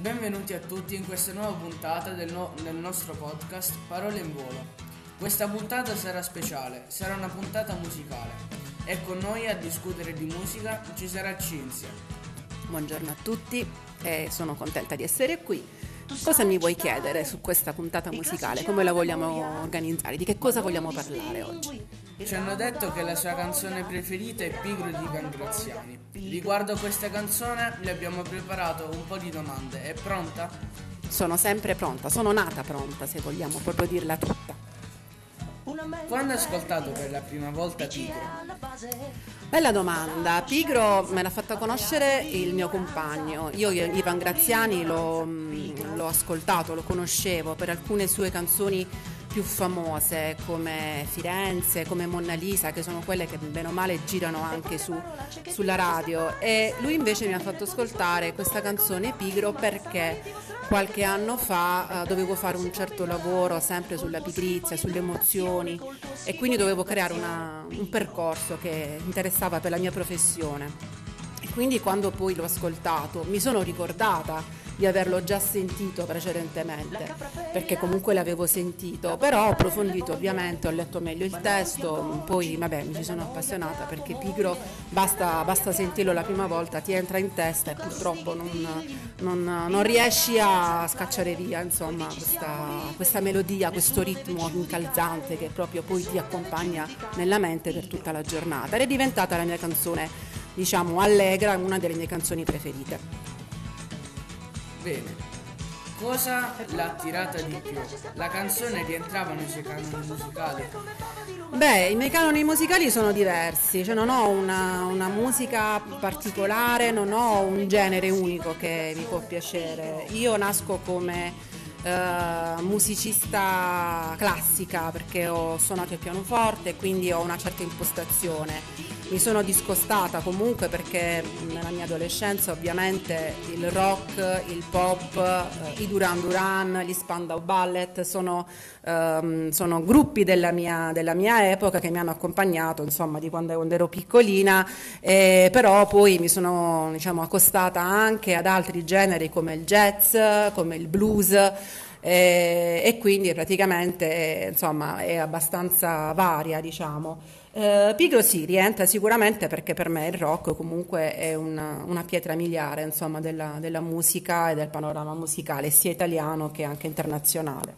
Benvenuti a tutti in questa nuova puntata del nostro podcast Parole in Volo. Questa puntata sarà speciale, sarà una puntata musicale e con noi a discutere di musica ci sarà Cinzia. Buongiorno a tutti e sono contenta di essere qui. Cosa mi vuoi chiedere su questa puntata musicale? Come la vogliamo organizzare? Di che cosa vogliamo parlare oggi? Ci hanno detto che la sua canzone preferita è Pigro di Ivan Graziani. Riguardo a questa canzone le abbiamo preparato un po' di domande. È pronta? Sono sempre pronta, sono nata pronta, se vogliamo proprio dirla tutta. Quando hai ascoltato per la prima volta Pigro? Bella domanda. Pigro me l'ha fatta conoscere il mio compagno. Io Ivan Graziani l'ho ascoltato, lo conoscevo per alcune sue canzoni più famose come Firenze, come Monna Lisa, che sono quelle che bene o male girano anche sulla radio, e lui invece mi ha fatto ascoltare questa canzone Pigro perché qualche anno fa dovevo fare un certo lavoro sempre sulla pigrizia, sulle emozioni, e quindi dovevo creare un percorso che interessava per la mia professione. E quindi quando poi l'ho ascoltato mi sono ricordata di averlo già sentito precedentemente, perché comunque l'avevo sentito, però ho approfondito ovviamente, ho letto meglio il testo, poi vabbè mi ci sono appassionata perché Pigro basta sentirlo la prima volta, ti entra in testa e purtroppo non riesci a scacciare via, insomma, questa melodia, questo ritmo incalzante che proprio poi ti accompagna nella mente per tutta la giornata, ed è diventata la mia canzone, diciamo, allegra, una delle mie canzoni preferite. Bene, cosa l'ha attirata di più? La canzone rientrava nei suoi canoni musicali? Beh, i miei canoni musicali sono diversi, cioè non ho una musica particolare, non ho un genere unico che mi può piacere. Io nasco come musicista classica perché ho suonato il pianoforte e quindi ho una certa impostazione. Mi sono discostata comunque perché nella mia adolescenza ovviamente il rock, il pop, i Duran Duran, gli Spandau Ballet sono gruppi della mia epoca che mi hanno accompagnato, insomma, di quando ero piccolina, però poi mi sono, diciamo, accostata anche ad altri generi come il jazz, come il blues, e quindi praticamente insomma è abbastanza varia, diciamo. Pigro sì, rientra sicuramente perché per me il rock comunque è una pietra miliare, insomma, della musica e del panorama musicale sia italiano che anche internazionale.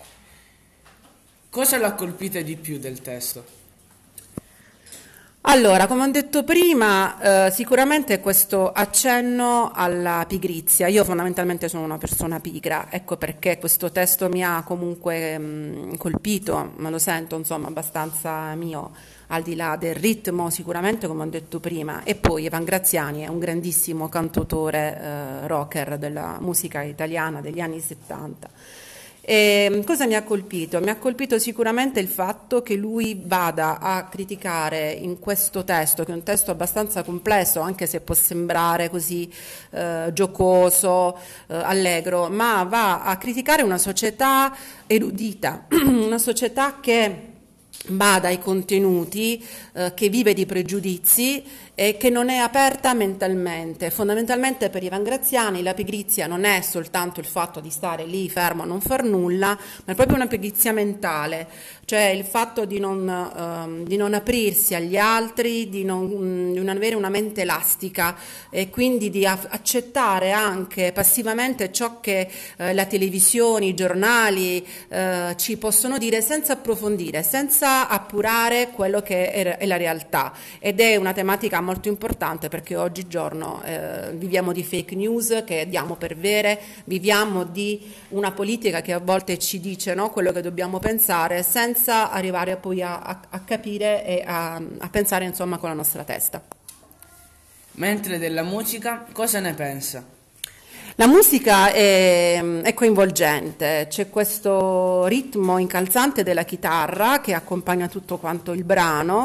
Cosa l'ha colpita di più del testo? Allora, come ho detto prima, sicuramente questo accenno alla pigrizia. Io fondamentalmente sono una persona pigra, ecco perché questo testo mi ha comunque colpito, me lo sento insomma abbastanza mio, al di là del ritmo sicuramente, come ho detto prima. E poi Ivan Graziani è un grandissimo cantautore rocker della musica italiana degli anni 70. E cosa mi ha colpito? Mi ha colpito sicuramente il fatto che lui vada a criticare in questo testo, che è un testo abbastanza complesso, anche se può sembrare così giocoso, allegro, ma va a criticare una società erudita, una società che bada ai contenuti, che vive di pregiudizi e che non è aperta mentalmente. Fondamentalmente per Ivan Graziani la pigrizia non è soltanto il fatto di stare lì fermo a non far nulla, ma è proprio una pigrizia mentale, cioè il fatto di non aprirsi agli altri, di non avere una mente elastica e quindi di accettare anche passivamente ciò che la televisione, i giornali ci possono dire senza approfondire, senza appurare quello che è la realtà, ed è una tematica molto importante perché oggigiorno viviamo di fake news che diamo per vere, viviamo di una politica che a volte ci dice, no, quello che dobbiamo pensare senza arrivare poi a capire e a pensare, insomma, con la nostra testa. Mentre della musica, cosa ne pensa? La musica è coinvolgente, c'è questo ritmo incalzante della chitarra che accompagna tutto quanto il brano,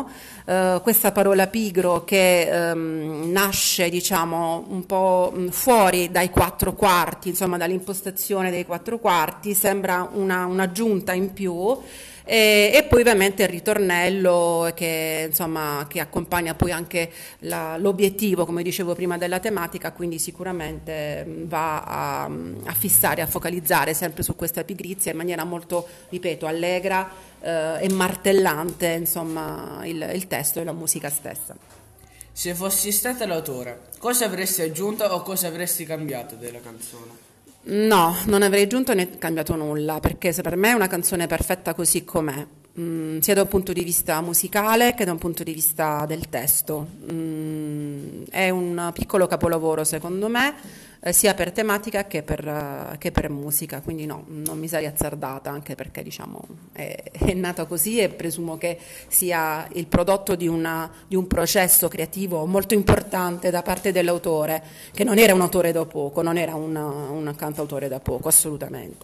questa parola pigro che nasce, diciamo, un po' fuori dai 4/4, insomma dall'impostazione dei 4/4, sembra un'aggiunta in più. E poi ovviamente il ritornello che, insomma, che accompagna poi anche l'obiettivo, come dicevo prima, della tematica, quindi sicuramente va a fissare, a focalizzare sempre su questa pigrizia in maniera molto, ripeto, allegra e martellante, insomma, il testo e la musica stessa. Se fossi stata l'autore, cosa avresti aggiunto o cosa avresti cambiato della canzone? No, non avrei aggiunto né cambiato nulla, perché per me è una canzone perfetta così com'è, sia da un punto di vista musicale che da un punto di vista del testo. È un piccolo capolavoro secondo me, sia per tematica che per musica, quindi no, non mi sarei azzardata, anche perché diciamo è nata così e presumo che sia il prodotto di un processo creativo molto importante da parte dell'autore, che non era un autore da poco, non era un cantautore da poco, assolutamente.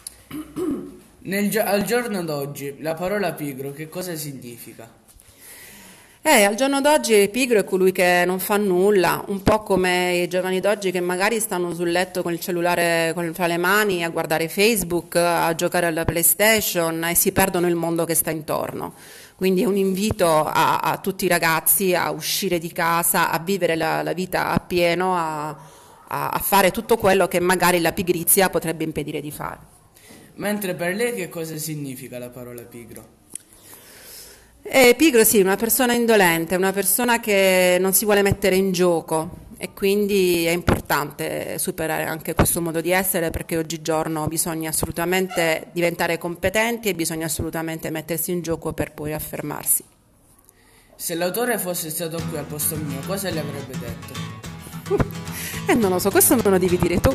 Al giorno d'oggi, la parola pigro che cosa significa? Al giorno d'oggi pigro è colui che non fa nulla, un po' come i giovani d'oggi che magari stanno sul letto con il cellulare tra le mani a guardare Facebook, a giocare alla PlayStation e si perdono il mondo che sta intorno. Quindi è un invito a tutti i ragazzi a uscire di casa, a vivere la vita appieno, a fare tutto quello che magari la pigrizia potrebbe impedire di fare. Mentre per lei che cosa significa la parola pigro? Pigro sì, una persona indolente, una persona che non si vuole mettere in gioco e quindi è importante superare anche questo modo di essere, perché oggigiorno bisogna assolutamente diventare competenti e bisogna assolutamente mettersi in gioco per poi affermarsi. Se l'autore fosse stato qui al posto mio, cosa le avrebbe detto? Non lo so, questo me lo devi dire tu.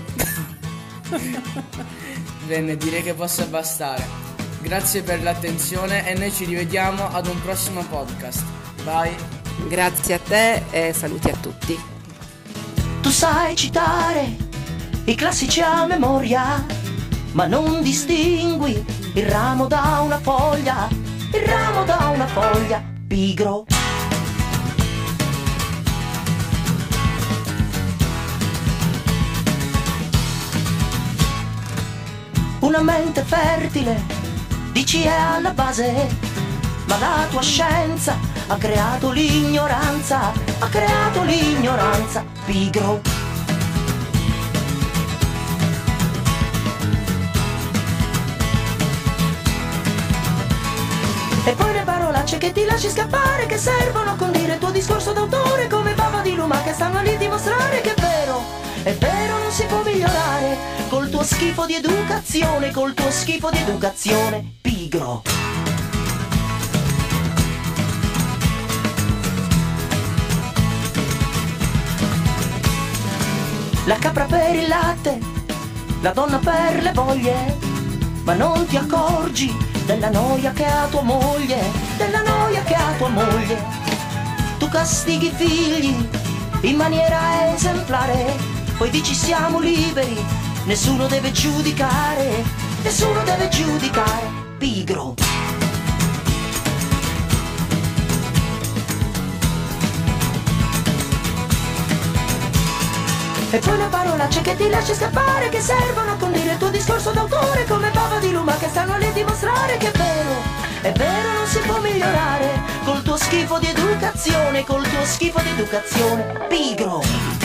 Bene, direi che possa bastare. Grazie per l'attenzione e noi ci rivediamo ad un prossimo podcast. Bye. Grazie a te e saluti a tutti. Tu sai citare i classici a memoria, ma non distingui il ramo da una foglia, il ramo da una foglia, pigro. Una mente fertile dici è alla base, ma la tua scienza ha creato l'ignoranza, pigro. E poi le parolacce che ti lasci scappare, che servono a condire il tuo discorso d'autore, come bava di luma che stanno lì a dimostrare che è vero, non si può migliorare col tuo schifo di educazione, pigro. La capra per il latte, la donna per le voglie, ma non ti accorgi della noia che ha tua moglie, Tu castighi i figli in maniera esemplare, poi dici siamo liberi, nessuno deve giudicare, pigro. E poi le parolacce che ti lasci scappare, che servono a condire il tuo discorso d'autore, come bava di luma che stanno lì a dimostrare che è vero, non si può migliorare col tuo schifo di educazione, pigro.